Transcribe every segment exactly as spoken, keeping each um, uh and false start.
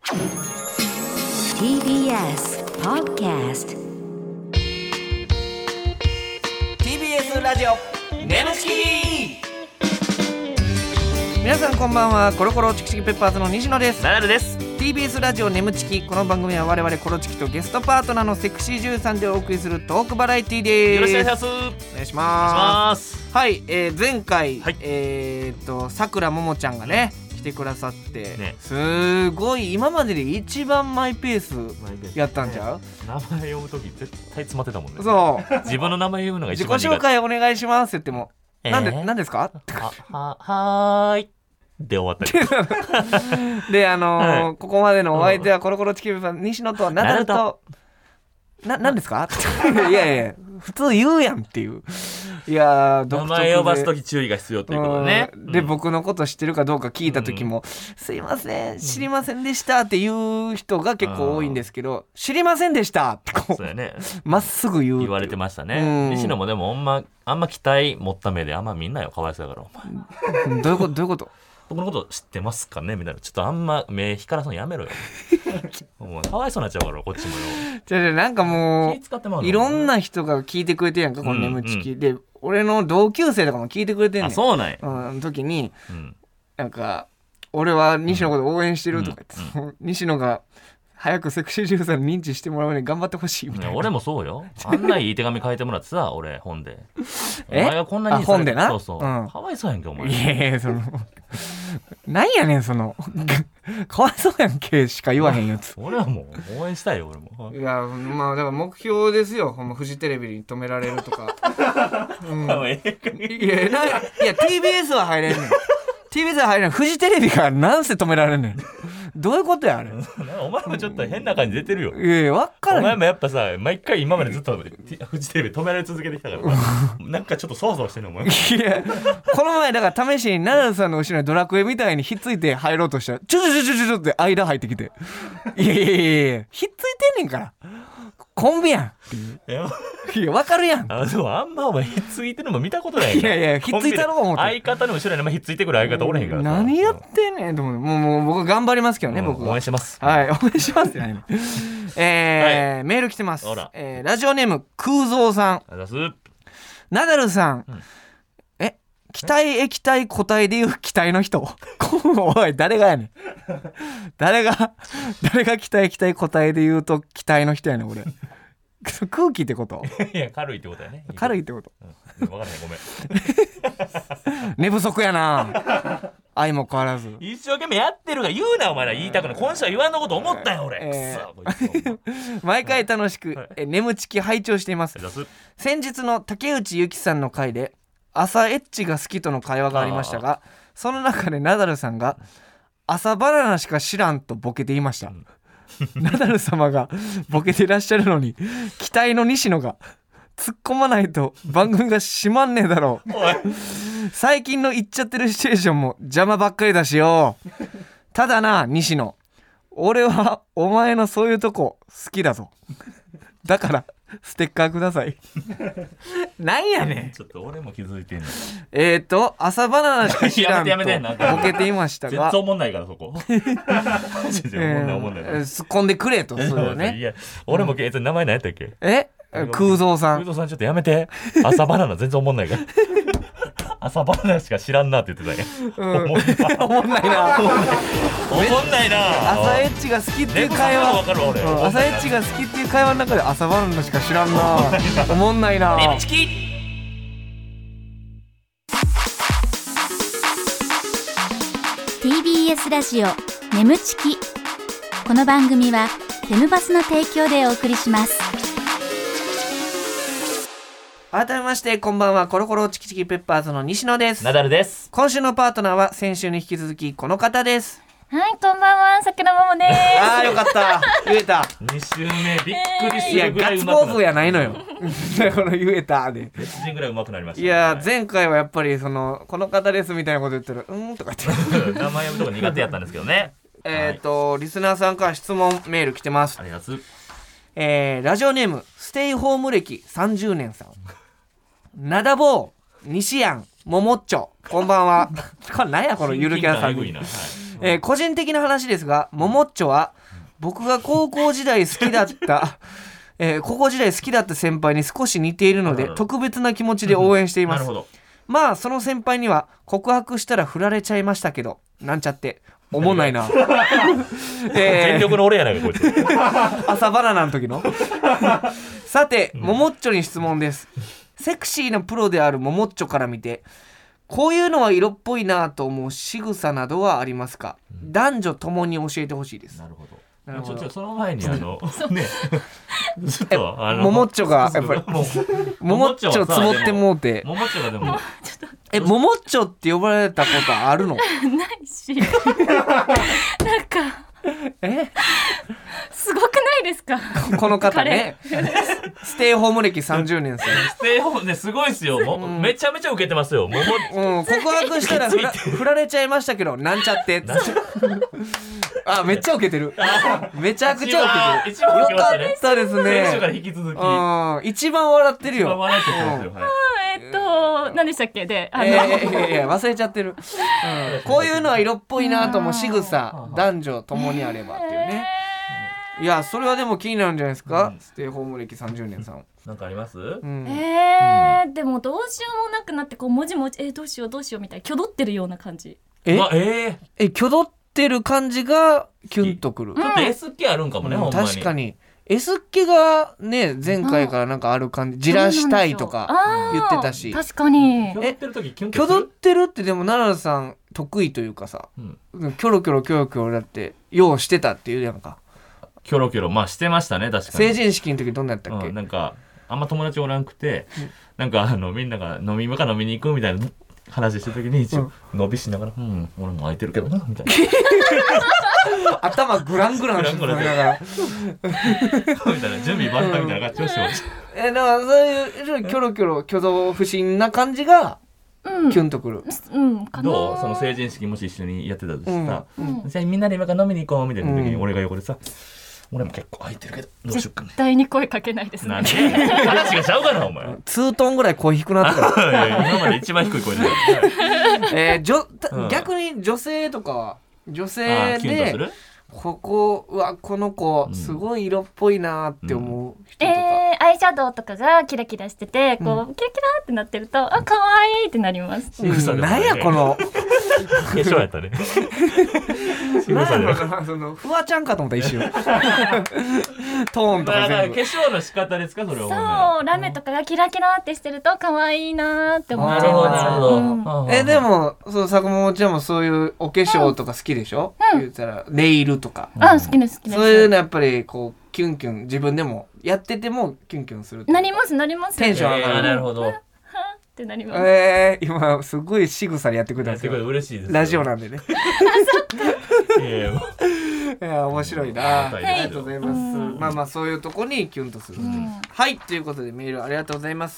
ティービーエス Podcast ティービーエス ラジオネムチキ。皆さんこんばんは。コロコロチキチキペッパーズの西野です。 ナダルです。 ティービーエス ラジオネムチキ。この番組は我々コロチキとゲストパートナーのセクシー女優さんでお送りするトークバラエティです。 よろしくお願いします。 お願いしお願いしまますす。 はい、えー、前回、 はいえー、っとさくらももちゃんがね来てくださって、 ねすごい今までで一番マイペースやったんちゃう？ 名前読むとき絶対詰まってたもんね。 そう自分の名前読むのが自己一番苦手。 紹介お願いしますって言っても、 えーなんでなんですかははーいで終わったりであのーはいここまでのお相手はコロコロチキペッパーズ西野とナダルとな、なんですかいやいや普通言うやんっていう。いやー独名特で前呼ばすとき注意が必要ということね。 うんで、 うん僕のこと知ってるかどうか聞いた時も、すいません知りませんでしたっていう人が結構多いんですけど、知りませんでしたってこそうやね。 うまっすぐ言うっていう言われてましたうね。 ん西野もでもあんまあんま期待持った目であんまみんなよかわいそうやからお前。 うんどういうことどういうこと僕のこと知ってますかねみたいな。ちょっとあんま目光らすのやめろよ。もうかわいそうになっちゃうからこっちもよ。 じゃあじゃあなんかも気使ってまううのいろんな人が聞いてくれてるやんかこの眠ちき、で俺の同級生とかも聞いてくれてんねん。 あそうなんや。 うん時にうんなんか俺は西野のこと応援してるとか言って、西野が早くセクシー女優さんに認知してもらうように頑張ってほしいみたいな。 俺もそうよ。あんないい手紙書いてもらってさ、俺本で。おえ前がこんなにあ本でなそうそう。 うんかわいそうやんけお前。 いやいやそのなんやねんそのかわいそうやんけしか言わへんやつ。 俺はもう応援したいよ俺も。 いやまあだから目標ですよ。ほんまフジテレビに止められるとか、うん、いやないいや ティービーエス は入れんねん。 ティービーエス は入れん。フジテレビがなんせ止められんねん。どういうことやあれ。 お前もちょっと変な感じ出てるよ。 いやいや分からへん。 お前もやっぱさ、毎回今までずっとフジテレビ止められ続けてきたからなんかちょっとそわそわしてんのお前。 いやこの前だから試しにナダルさんの後ろにドラクエみたいにひっついて入ろうとしたらちょちょちょちょちょって間入ってきて、いやいやいやいやひっついてんねんからコンビやんっていう。 いやいや分かるやん。 あでもあんまお前ひっついてるのも見たことないいやいやひっついたろう思って。 相方の後ろにひっついてくる相方おれへんからさ。 何やってんねんと思う。もうもう僕頑張りますけどね、 うん僕が応援してます。 はい応援しますってないねえーメール来てますあら。 えーラジオネーム空蔵さん。 ありがとうございます。 ナダルさん、 うんえ気体液体固体でいう気体の人おい誰がやねん誰が誰が気体液体固体で言うと気体の人やねん俺空気ってこといや軽いってことやね。 軽いってこと。 うん、分からへんごめん。 寝不足やな愛も変わらず。 一生懸命やってるが言うなお前ら言いたくない。今週は言わんのこと思ったよ俺。 えーくそこいつお前毎回楽しく、 はいえ眠ちき拝聴していますありがとうございます。 先日の竹内ゆきさんの回で朝エッチが好きとの会話がありましたが、その中でナダルさんが朝バナナしか知らんとボケていました、 んナダル様がボケていらっしゃるのに期待の西野が突っ込まないと番組が閉まんねえだろうおい最近の言っちゃってるシチュエーションも邪魔ばっかりだしよ。ただな西野、俺はお前のそういうとこ好きだぞ。だからステッカーください。なんやねん。 ちょっと俺も気づいてんの。 えーと朝バナナしか知らんやめてやめてなんかとボケていましたが全然おもんないからそこ。全然おもんないおもんない。 えー突っ込んでくれとそれをいね。 や俺もえ名前何やったっけ。 え空蔵さん。 空蔵さんちょっとやめて。朝バナナ全然おもんないから。朝バナナしか知らんなって言ってたんや。 うんおもんないおもんないな。 おもんないな。 朝エッチが好きっていう会わ話、 かる俺。 うん朝エッチが好きっていう会話の中で朝バナナしか知らんな。おもんないな。 眠ちき。 ティービーエス ラジオ眠ちき。この番組はテムバスの提供でお送りします。 改めましてこんばんは。コロコロチキチキペッパーズの西野です。 ナダルです。 今週のパートナーは先週に引き続きこの方です。 はい、こんばんは、桜桃です。 あーよかった言えた。 に週目びっくりすいやるぐらガッツいうまくなっポーズやないのよこの言えたで。 別人ぐらいうまくなりました、 いや前回はやっぱりそのこの方ですみたいなこと言ったらうーんとか言って名前呼ぶとこ苦手やったんですけどね。 えっとリスナーさんから質問メール来てます。 ありがとうございます。 えー、ラジオネームステイホーム歴さんじゅうねんさん。ナダボー西やんももっちょこんばんはこれ何やこのゆるキャラさんに親近感えぐいな、はいえー個人的な話ですが、ももっちょは僕が高校時代好きだったえー高校時代好きだった先輩に少し似ているので、 なるほど特別な気持ちで応援しています。 なるほど。 まあその先輩には告白したら振られちゃいましたけど、なんちゃっておもんないなえー全力の俺やないかこいつ。 朝バナナの時のさて、ももっちょに質問です。セクシーなプロであるももっちょから見て、こういうのは色っぽいなと思う仕草などはありますか？男女ともに教えてほしいです。 なるほど。 なるほどちょちょその前にあのねちょっとあのももっちょがやっぱりもうももっちょ積もってもうて、 ももっちょがでもえももっちょって呼ばれたことあるの？ ないしなんかえすごくないですか？ この方ねステイホーム歴さんじゅうねん生、 ステイホームねすごいっすよ。もうめちゃめちゃ受けてますよ。ももうん、告白したら振ら振られちゃいましたけど、なんちゃってあ、めっちゃ受けてる。めちゃくちゃ受けてる。 一番一番受けましたねよかったです先週からね。 引き続きうん、一番笑ってる一番よ。 笑ってますよ。はいえっと何でしたっけであの、 えーいやいや忘れちゃってる、うん、こういうのは色っぽいなと思う仕草、男女ともにあればっていうね。いや、それはでも気になるんじゃないですか、 うんステイホーム歴さんじゅうねんさん。 なんかあります？ うんえー、でもどうしようもなくなってこうもじもじえー、どうしようどうしようみたいな挙動ってるような感じ。 えまあええ挙動ってる感じがキュンとくる、 ー、ちょっと エス 気あるんかもね、 うんほんまに。 確かに S っ気がね前回からなんかある感じ、じらしたいとか言ってたし。 確かに挙動ってる時キュンと挙動っする。 てるってでも奈良さん得意というかさ、 うんキョロキョロキョロキョロだってようしてたっていうやんか。 キョロキョロまあしてましたね確かに。 成人式の時どんなやったっけ、 うん、なんかあんま友達おらんくて、なんかあのみんなが飲み今から飲みに行くみたいな話してる時に一応伸びしながら「うん俺も空いてるけどな」みたいな頭グラングランしてグラングランながらみたいな準備万端みたいな感じをしてました。 えだからそういうキョロキョロ挙動不審な感じがうんキュンとくる、 うんかな。 どうその成人式もし一緒にやってたとしてさ、 うんじゃあみんなで今から飲みに行こうみたいな時にうん俺が横でさ、俺も結構空いてるけどどうしよっかね。 絶対に声かけないですね。 なんで話がちゃうかなお前。 ツートーンぐらい声低くなったからいや今まで一番低い声で。 えー、じょたうん逆に女性とかは女あ性ーキュンとすでる？ ここうわこの子うんすごい色っぽいなって思う人とか、 えー、アイシャドウとかがキラキラしててこう、 うキラキラってなってるとあ可愛いってなります。 仕草でもなないねんやこの化粧やったね。仕なん草でもやろなそのフワちゃんかと思った一瞬トーンとかだから全部化粧の仕方ですかそれは。 そうラメとかがキラキラってしてると可愛いなーって思っちゃいなるほどます。 なるほど。 うんえでもそう坂本ちゃんもそういうお化粧とか好きでしょ、 うん言ったらネイルとか、 あ好きです好きです。 そういうのやっぱりこうキュンキュン自分でもやっててもキュンキュンするっていうなりますなります。 テンション上がるえーなるほど。 ってなります。 えー、今すごい仕草でやってくれたんですすごいよ嬉しいです。 ラジオなんでねいやいやもういや面白いな、 はいありがとうございます、 うんまあまあそういうとこにキュンとする、 うんはいということでメールありがとうございます、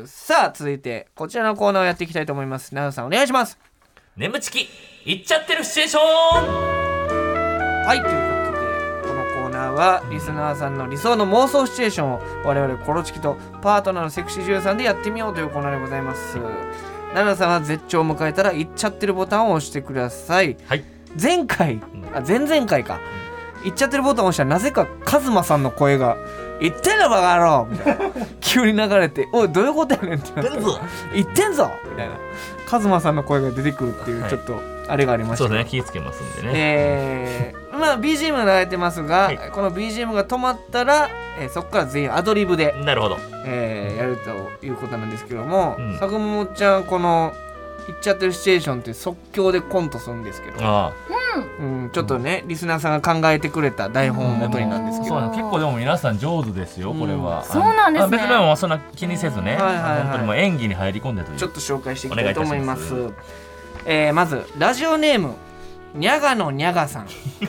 さあ続いてこちらのコーナーをやっていきたいと思います。奈良さんお願いします。 眠ちき行っちゃってるシチュエーション。 はいということでこのコーナーはリスナーさんの理想の妄想シチュエーションを我々コロチキとパートナーのセクシー女優さんでやってみようというコーナーでございます。奈良さんは絶頂を迎えたら行っちゃってるボタンを押してください。 はい。 前回あ前々回か行っちゃってるボタンを押したらなぜかカズマさんの声が言ってんのバカ野郎みたいな急に流れておいどういうことやねんってなって言ってんぞみたいなカズマさんの声が出てくるっていうはいちょっとあれがありましたけど、 そうですね気ぃつけますんでね。 えー、まあ ビージーエム が流れてますが、 はいこの ビージーエム が止まったら、えーそこから全員アドリブで、 なるほど。 えーやるということなんですけども、 うん坂本ちゃんこの行っちゃってるシチュエーションって即興でコントするんですけど、 あうん、ちょっとね、リスナーさんが考えてくれた台本を元になんですあ。 けど、 そうなん結構でも皆さん上手ですよこれは。 そうなんですねあ別にもうそんな気にせずね。 はいはいはい本当にもう演技に入り込んでという。 ちょっと紹介していきたいと思います。 お願いいえーまずラジオネームにゃがのにゃがさん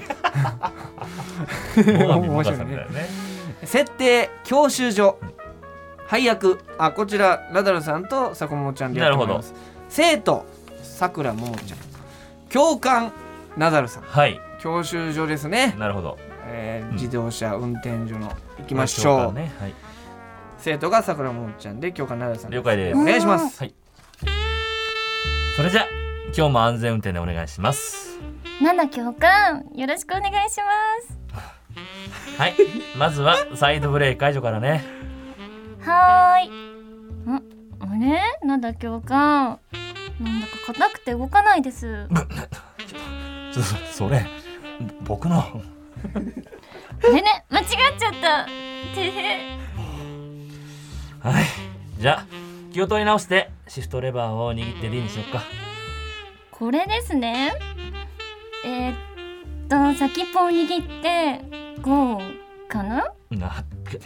最上面白いねさんみたいなね。 設定教習所配役あこちらナダルさんと坂本ちゃんでやってもらいます。生徒さくらももちゃん教官ナダルさんはい。 教習所ですね、 なるほど。 えーうん自動車運転所の行きましょう、 教官ね。はい。 生徒がさくらももちゃんで教官ナダルさんです了解です。 お願いします。 はい。それじゃ今日も安全運転でお願いします。 ナナ教官よろしくお願いします。 はい、まずはサイドブレーキ解除からね。 はーい。んあれナナ教官なんだか硬くて動かないです。 ちょっとそれ僕のあれね間違っちゃったてへ。 はい、じゃあ気を取り直してシフトレバーを握って D にしよっか。 これですね。えー、っと先っぽを握ってゴーかな。 な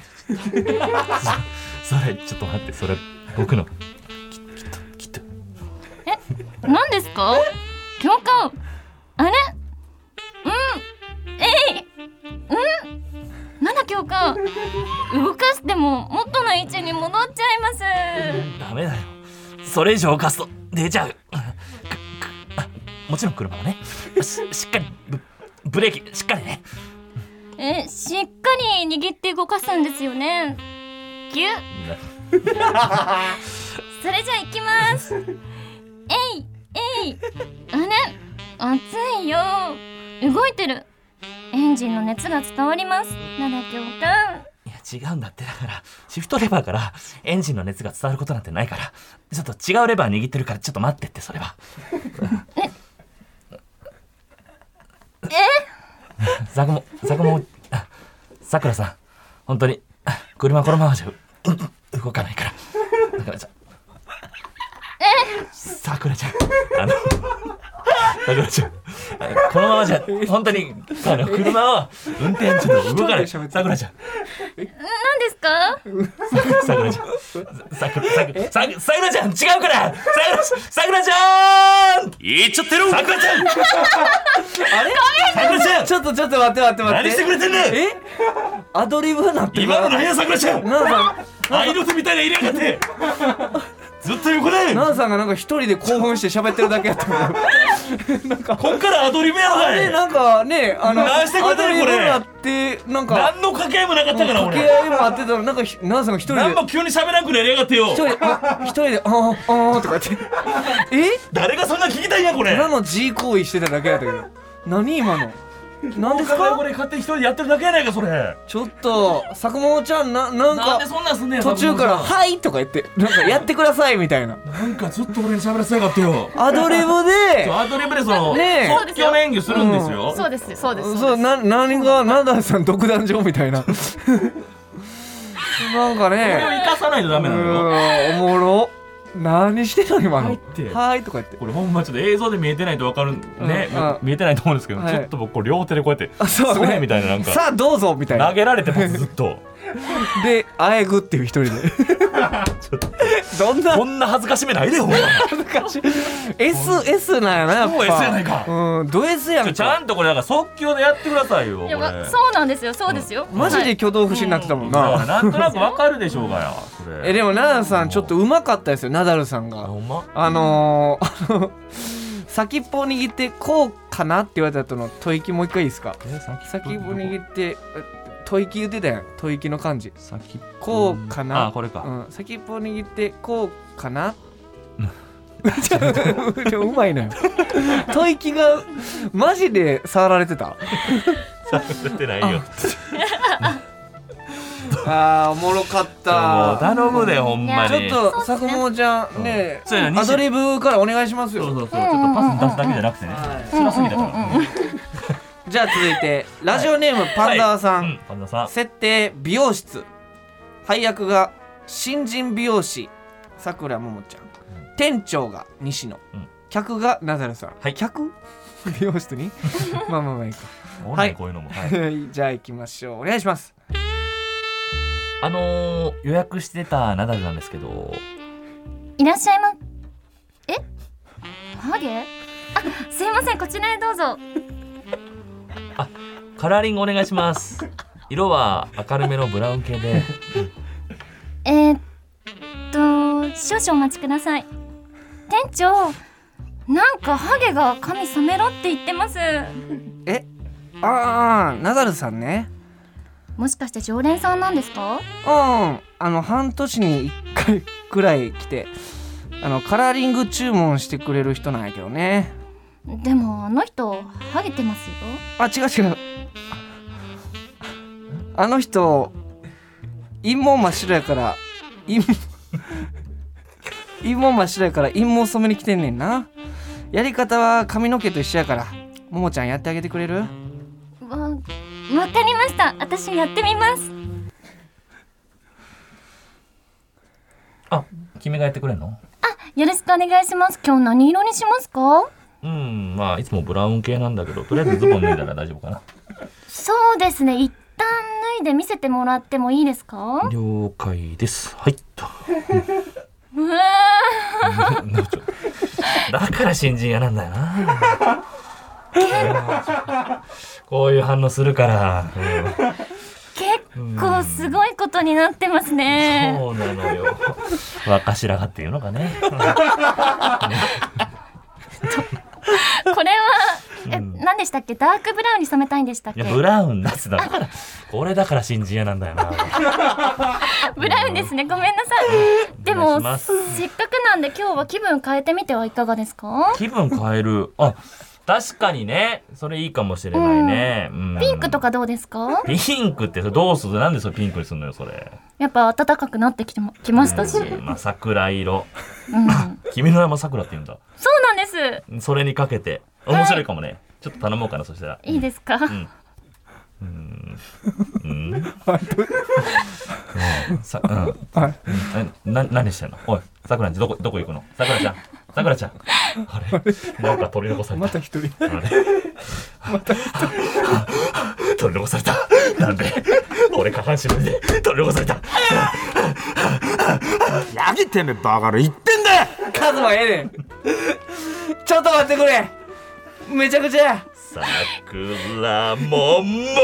そそれちょっと待って、それ僕のききっときっとえ何ですか教官。あれうんえいうんナナ教官動かしても元の位置に戻っちゃいます。 ダメだよ、それ以上動かすと出ちゃう。くくあもちろん車はね し, しっかり ブ, ブレーキしっかりね。 えしっかり握って動かすんですよね。ギュッそれじゃあ行きます。えいえいあれ熱いよ動いてる。エンジンの熱が伝わりますナナ教官。 いや違うんだって。だからシフトレバーからエンジンの熱が伝わることなんてないから、ちょっと違うレバー握ってるからちょっと待ってって。それはええさくもさくもさくらさん本当に車このままじゃ動かないから。だからじゃさくらちゃんあのさくらちゃんこのままじゃ本当にあの車を運転中で動かない。さくらちゃん何ですかさくらちゃんさくらさくらさくらちゃん違うからさくらさくらちゃん言っちゃってる。さくらちゃんあれさくらちゃんちょっとちょっと待って待って待って。 何してくれてんねん。 えアドリブなってる。 今の何やさくらちゃん。 ナナさんアイロスみたいな入れやがってずっと横でナナさんがなんか一人で興奮して喋ってるだけやったからなんかこっからアドリブやろあれかい。 なんかねあの何してくれてんのこれアドリブになってなんか何の掛け合いもなかったから俺。 掛け合いもあってたらなんかひナナさんが一人で何も急に喋らんくなりやがってよ。 一人であ一人であーあーとか言ってえ誰がそんな聞きたいんやこれ。 ただの G 行為してただけやったけど何今の何ですか。 これ勝手に一人でやってるだけやないかそれ。 ちょっとさくももちゃんななんかなんでそんなんすんねん。 途中から「 さはい」とか言ってなんかやってくださいみたいななんかずっと俺に喋らせやがってよ。 アドリブでアドリブでそのねえ即興の演技するんですよ。 そうですそうですそうな何がナダルさん独壇場みたいななんかこれをね生かさないとダメなのよ。 うーんおもろ何してんの今のはいってはいとか言ってこれほんまちょっと映像で見えてないと分かるね、 うんうん見えてないと思うんですけど、 はいちょっと僕これ両手でこうやってあそうねみたいななんかさあどうぞみたいな投げられてますずっと。 であえぐっていう一人でどんなこんな恥ずかしめないでほんま。 恥ずかしい エスエス なんやなやっぱもう エス やないかうんド S やんかちゃんとこれだから即興でやってくださいよこれ。 いやわそうなんですよそうですよ、 マジはいで挙動不審になってたもんだからななんとなく分かるでしょうがやそれ。 えでもナダルさんちょっとうまかったですよナダルさんがあほんまあのー、あの先っぽを握ってこうかなって言われた後の吐息もう一回いいですか。 え先っぽ握って吐息言ってたやん吐息の感じ先っぽこうかなあこれか、 うん、先っぽ握ってこうかなうんうまいのよ吐息がマジで触られてたされてないよ。 あーおもろかっもうた頼むでほんまちに。 ょっとさくもちゃんねそうや西アドリブからお願いしますよそうそうそうちょっとパス出すだけじゃなくてね、 はい辛すぎたから。 じゃあ続いてラジオネームパンダーさん、 うんパンダさん。 設定美容室配役が新人美容師さくらももちゃん、店長が西野、 うん客がナダルさん、 はい客美容室にまあまあまあいいかおんはいねんこういうのも。はいじゃあ行きましょうお願いします。 あのー、予約してたナダルなんですけど、 いらっしゃいまえハゲあすいませんこちらへどうぞ。 カラーリングお願いします。色は明るめのブラウン系で。 えー、っと少々お待ちください。店長なんかハゲが髪染めろって言ってます。 えああナダルさんね。 もしかして常連さんなんですか？ うんあの半年にいっかいくらい来てあのカラーリング注文してくれる人なんやけどね。 でもあの人ハゲてますよ。 あ、違う違う、あの人陰毛真っ白やから陰陰毛真っ白やから陰毛染めに来てんねんな。やり方は髪の毛と一緒やから、ももちゃんやってあげてくれる？ わ、わかりました。私やってみます。 あ、君がやってくれんの？ よろしくお願いします。今日何色にしますか？ うん、まあいつもブラウン系なんだけど、とりあえずズボン脱いだら大丈夫かな。 そうですね、一旦脱いで見せてもらってもいいですか？ 了解です。はいと。 うわだから新人やなんだよな。こういう反応するから、うん、 結構すごいことになってますね。 そうなのよ。若白髪っていうのかね。 これはえ、うん、何でしたっけ？ダークブラウンに染めたいんでしたっけ？ いやブラウンだっつだからこれだから新人屋なんだよな。 ブラウンですね、ごめんなさい。でもせっかくなんで今日は気分変えてみてはいかがですか？ 気分変える、あ、確かにね、それいいかもしれないね、うんうん、 ピンクとかどうですか？ ピンクってどうする？なんでそれピンクにするのよそれ。やっぱ暖かくなってきてもきましたし、 うん、まあ、桜色、 うん、 君の名前桜って言うんだ。 そうなんです。 それにかけて面白いかもね、はい、ちょっと頼もうかな。そしたらいいですか？ うんうん、うんさ、うん、な、何してんの？おい、さくらちゃんどこどこ行くの？さくらちゃん、さくらちゃん、あれ、なんか取り残された。 また一人。 あれ、また一人。取り残された。なんで？俺下半身で取り残された。 やめてめバカ野郎、言ってんだよ。カズマええねん。ちょっと待ってくれ。めちゃくちゃや。 さくらもも。 違う違う違う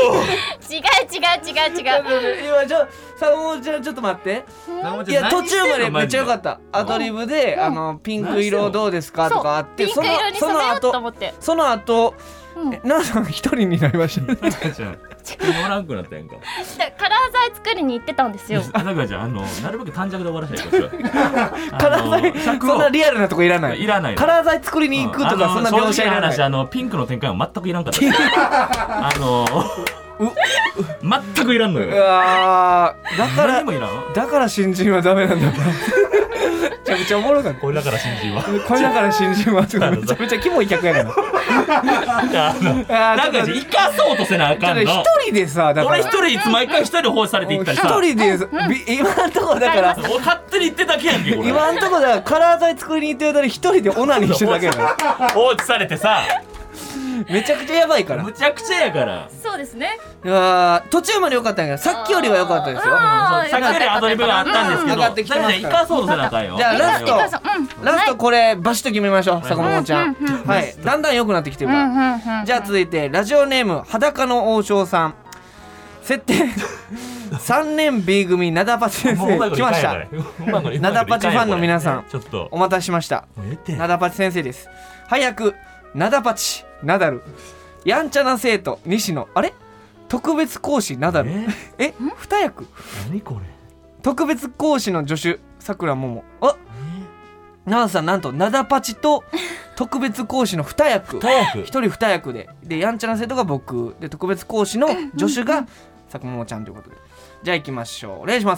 違う。 今ちょ、さもちゃんちょっと待って。いや途中までめっちゃ良かった。アドリブで、うん、あのピンク色どうですかとかあって、 そのその後その後、うん、なさん一人になりましたね。 おらんくなったやんか。 カラー剤作りに行ってたんですよ。 さくらちゃん、あのなるべく短冊で終わらせてください。 カラー剤そんなリアルなとこいらない。 いらない。 カラー剤作りに行くとかそんな描写いらない。 あのピンクの展開は全くいらんかった。あの全くいらんのよ。 うわだからだから新人はダメなんだ。めちゃくちゃおもろかった。 これだから新人はこれだから新人はめちゃめちゃキモい客やから。 なんか生かそうとせなあかんの。 一人でさ、だから俺一人いつ毎回一人放置されていったりさ、 一人で今んとこだから勝手に言ってだけやんけ。 今んとこだからカラー剤作りに行ってる間に一人でオナニーしてるだけやから。 放置されてさ、 めちゃくちゃやばいから。 むちゃくちゃやから。 そうですね。 いや途中まで良かったんやけど、さっきよりは良かったですよ。 さっきよりアドリブがあったんですけど、 上がってきてますから。 生かそうとせなあかんよ。 じゃあラストラストこれバシッと決めましょう、坂本ちゃん。はい、だんだん良くなってきてるから。じゃあ続いてラジオネーム裸の王将さん。設定さんねん B 組なだぱち先生来ました。なだぱちファンの皆さんお待たせしました。なだぱち先生です。早くなだぱちナダル、やんちゃな生徒西野、あれ特別講師ナダル、ええ二役。 何これ。 特別講師の助手さくらもも。あ、ナダさんなんとなだぱちと特別講師の二役。一人二役で、でやんちゃな生徒が僕で、特別講師の助手がさくももちゃんということで。じゃあ行きましょう、お願いします。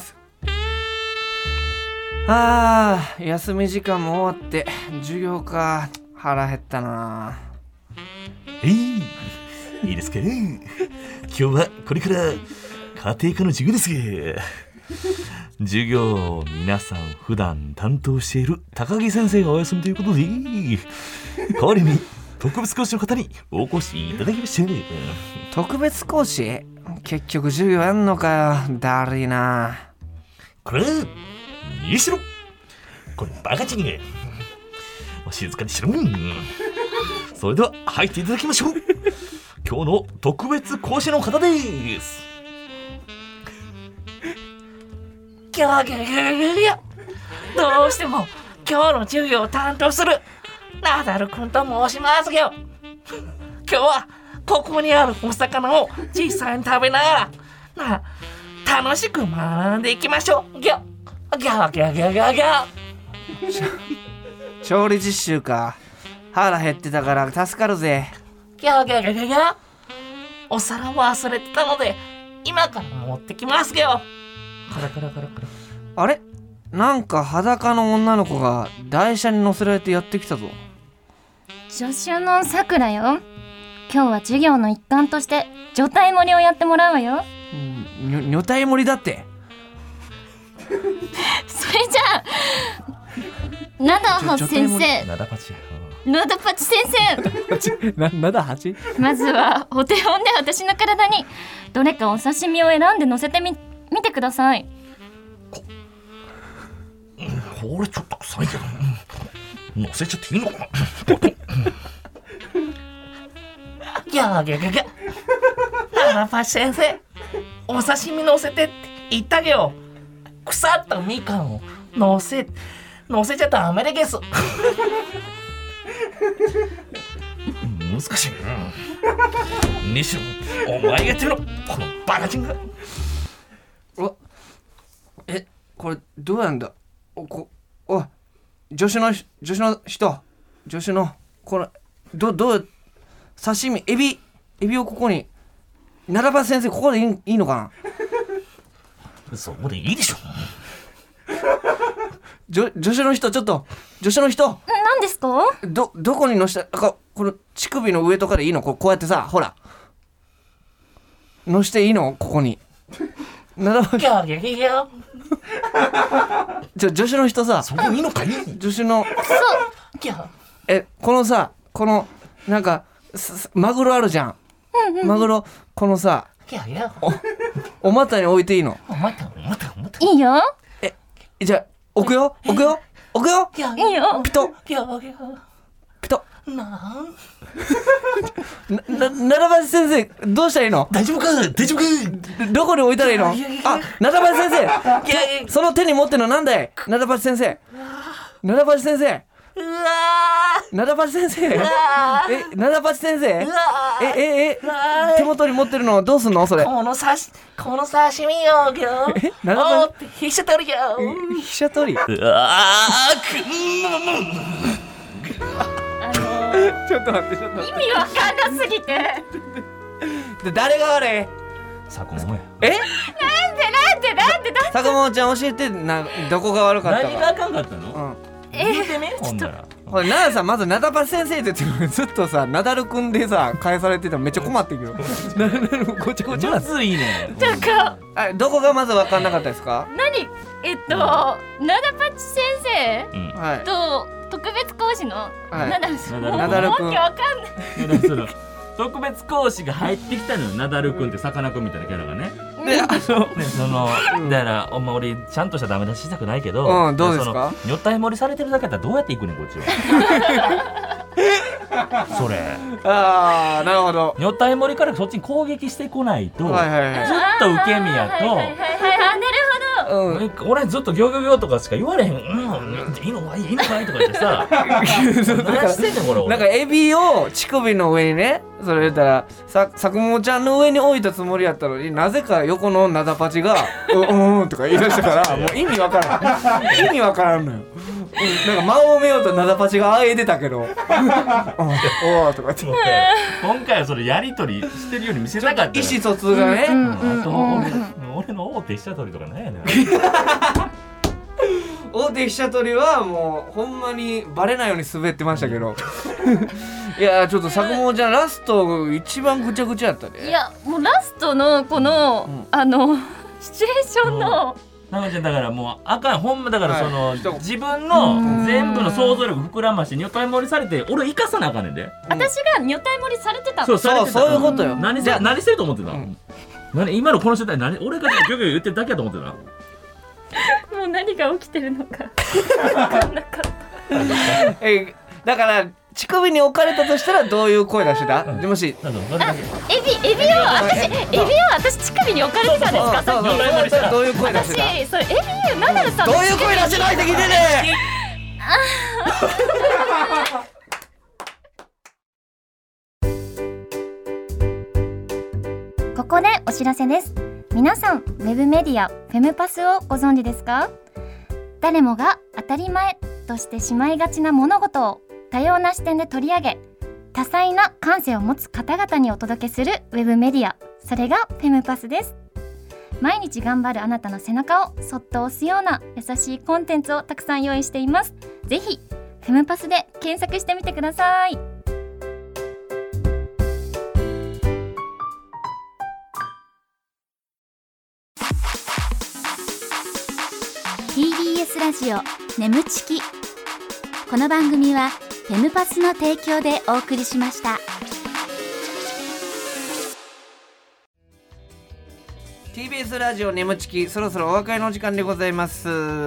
あー、休み時間も終わって授業か。腹減ったな。 えい、いいですか。今日はこれから家庭科の授業ですが、授業皆さん普段担当している高木先生がお休みということで、代わりに特別講師の方にお越しいただきました。 特別講師？結局授業やんのかよ。だるいな。 これにしろ、これバカチンが静かにしろ。それでは入っていただきましょう。今日の特別講師の方です。 ギャギャギャギャギャ、どうしても今日の授業を担当するナダルくんと申しますよ。今日はここにあるお魚を実際に食べながらな楽しく学んでいきましょう。ギャギャギャギャギャギャ。 調理実習か。腹減ってたから助かるぜ。 ギャーギャーギャーギャーギャー。お皿忘れてたので今から持ってきますよ。カラカラカラカラ。 あれ、なんか裸の女の子が台車に乗せられてやってきたぞ。 助手のさくらよ。今日は授業の一環として女体盛りをやってもらうわよ。 にょ女体盛りだって。 それじゃあナダハ先生、 ナダパチ。 ナダパチ先生な、なだはちまずはお手本で私の体にどれかお刺身を選んで乗せてみ見てください。 これちょっと臭いけど乗せちゃっていいのかな。 ギャーギャーギャーギャー。ナダパチ先生、お刺身乗せてって言ったよ。腐ったみかんを乗せ乗せちゃダメです。 難しいな。西野、お前がやってみろ、このバカチンが。 おえ、これどうやんだ。おこお助手の助手の人助手のこれどどう刺身エビエビをここに。ならば先生ここでいい、いいのかな。 そこでいいでしょ。 助助手の人ちょっと助手の人何ですか。 どどこに乗せたか。この乳首の上とかでいいの。こうこうやってさ、ほら乗していいのここに。ならばギャーギャーギャーギャー。 じゃ助手の人さ、 そこいいのかい。 助手のギャー。 えこのさ、このなんかマグロあるじゃん。マグロこのさギャーギャー。 おお股に置いていいの。 お待ったお待ったお待った。 いいよえじゃあ置くよ置くよ置くよ。 ギャーいいよ。 ピトギャーギャー。 ピト。 なんななならば先生どうしたらいいの。 大丈夫か大丈夫か。 どこに置いたらいいの。あ、ならば先生ギャー。 その手に持ってるのなんだい。ならば先生ならば先生うわならば先生えならば先生ーうわーえええ手元に持ってるのどうすんのそれ。 この刺しこの刺身よギョー。 ならばおーって必死取りよ。 飛車取り。 うわーくあのちょっと待ってちょっと待意味わかんなすぎて。なんってで誰が悪い。 さこもや。 えでなんでなんでだ。 坂本ちゃん教えてな、どこが悪かったか。 何があかんかったの。 うん言うてみほんなら。 ほら、奈良さんまずナダパ先生って言ってるのにずっとさナダルくんでさ返されてたらめっちゃ困ってるけどなななごちゃごちゃ。 まずいいね。 なんかあどこがまず分かんなかったですか。 何えっと、ナダパチ先生うん。 はいと特別講師のはいナダルさん、 ナダルナダル君わけわかんない。 その特別講師が入ってきたのよ。ナダル君ってさかなクンみたいなキャラがね。 であのね、その、だからお前俺ちゃんとしたダメ出ししたくないけど、 うんどうですか。 その女体盛りされてるだけだったらどうやって行くねんこっちは。それああなるほど。 女体盛りからそっちに攻撃してこないと、 はいはいはいずっと受け身やと、 はいはいはいはい、あなるうんえ俺ずっとギョギョギョとかしか言われへん。うん、いいのかいいいのかいとか言ってさ、何してんねんこれ俺。 なんかエビを乳首の上にね、それ言ったらさ作もちゃんの上に置いたつもりやったのになぜか横のナダパチが「ううん」とか言い出したからもう意味わからん意味わからんのよ、うん、なんか間を埋めようとナダパチがあえいでたけど「おー」とか言ってもう今回はそれやりとりしてるように見せたかったよ。 意思疎通がね、 うんあと俺俺の大手飛車取りとかねえねん。 大手飛車取りはもうほんまにバレないように滑ってましたけどいやちょっと作もちゃんラスト一番ぐちゃぐちゃやったね。 いやもうラストのこの、 うんあのシチュエーションの、 なのちゃんだからもうあかんほんまだからその、 はい自分の全部の想像力膨らまして女体盛りされて俺生かさなあかんねんで。 私が女体盛りされてたの。 そうされてた。 そうそういうことよ何じゃあせ何してると思ってた、 うん何今のこの人たち何俺がギョギョ言ってるだけやと思ってた。 もう何が起きてるのか分かんなかった。 えだから乳首に置かれたとしたらどういう声出してた、でもしなんだろうそれだけ。 エビエビを私エビを私乳首に置かれてたんですか。 そうそうそうそうそうどういう声出してた。 私それエビナダルさんのどういう声出してないって聞いてね。 ここでお知らせです。皆さんウェブメディアフェムパスをご存知ですか。誰もが当たり前としてしまいがちな物事を多様な視点で取り上げ、多彩な感性を持つ方々にお届けするウェブメディア、それがフェムパスです。毎日頑張るあなたの背中をそっと押すような優しいコンテンツをたくさん用意しています。ぜひフェムパスで検索してみてください。 ティービーエス ラジオ眠ちき。この番組はフェムパスの提供でお送りしました。 ティービーエス ラジオ眠ちき、そろそろお別れのお時間でございます。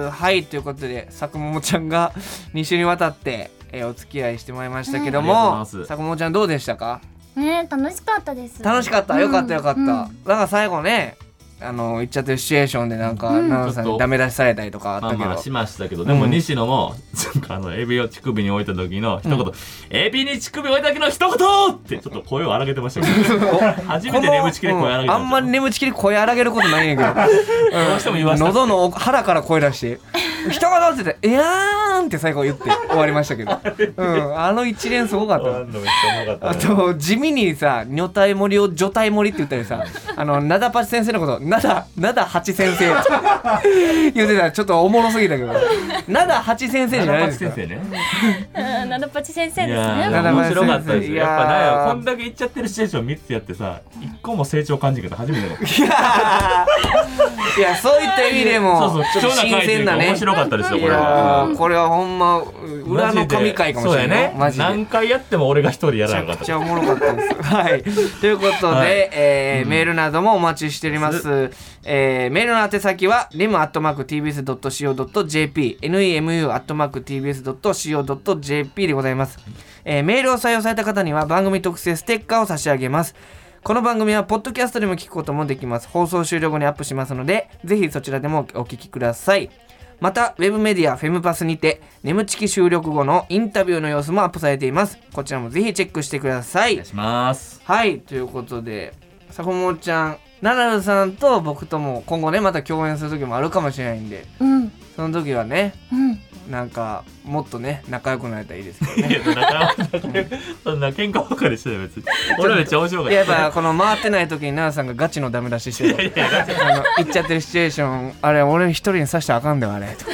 はい、ということでさくももちゃんがに週にわたって、えー、お付き合いしてもらいましたけども、さくももちゃんどうでしたか？ ね、楽しかったです。 楽しかった、よかったよかった、うん、 うん、 なんか最後ね、あの言っちゃってるシチュエーションでなんか、うん、奈良さんにダメ出しされたりとかあったけど、 まあまあしましたけど、でも西野も、うん、あのエビを乳首に置いた時の一言、うん、エビに乳首置いた時の一言ってちょっと声を荒げてましたけど初めて眠ちきで声荒げてました、うん、あんまり眠ちきで声荒げることないねんけどどうしても言わせた喉の腹から声出して一言って言って「えやーん」って最後言って終わりましたけど、うん、あの一連すごかった。あと地味にさ女体盛りを女体盛りって言ったりさ、あのなだぱち先生のことなだなだはち先生言ってたらちょっとおもろすぎたけど、なだはち先生じゃないですか。 なだぱち先生ですね。 面白かったですよ。やっぱなんやこんだけいっちゃってるシチュエーションみっつやってさ、いっこも成長感じるの初めてだ。いやいや、そういった意味でもそうそう、 ちょっと新鮮なね、 面白かったですよこれは。 いやこれはほんま裏の神回かもしれない。 ね、マジで何回やっても俺が一人やらなかった。 めちゃくちゃおもろかったです。はい、ということで、はい、えーうん、メールなどもお待ちしております。えー、メールの宛先は ネム アットマーク ティービーエス ドット シーオー ドット ジェーピー ネム アットマーク ティービーエス ドット シーオー ドット ジェーピー でございます。えー、メールを採用された方には番組特製ステッカーを差し上げます。この番組はポッドキャストでも聞くこともできます。放送終了後にアップしますので、ぜひそちらでもお聞きください。またウェブメディアフェムパスにて眠ちき収録後のインタビューの様子もアップされています。こちらもぜひチェックしてください。 お願いします。 はい、ということでさこもちゃん、ナダルさんと僕とも今後ねまた共演する時もあるかもしれないんで、 うん、 その時はね、 うん、 なんかもっとね仲良くなれたらいいですけどね。 いや仲良くそんな喧嘩ばかりしてない別に。俺めっちゃ面白かった。 やっぱこの回ってない時にナダルさんがガチのダメ出ししてる。いやいやあの言っちゃってるシチュエーション、あれ俺一人にさしたらあかんだよあれと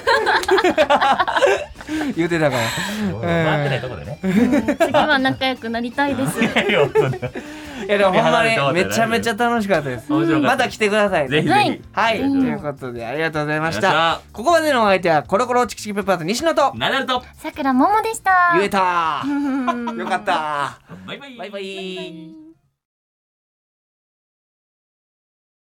言うてたから。 回ってないとこでね。 次は仲良くなりたいです。 いやでもほんまにめちゃめちゃ楽しかったです。また来てください。 ぜひぜひ。 はい、ということでありがとうございました。ここまでのお相手はコロコロチキチキペッパーズ西野とナダルとさくらももでした。 言えたよかった。 バイバイバイバイ。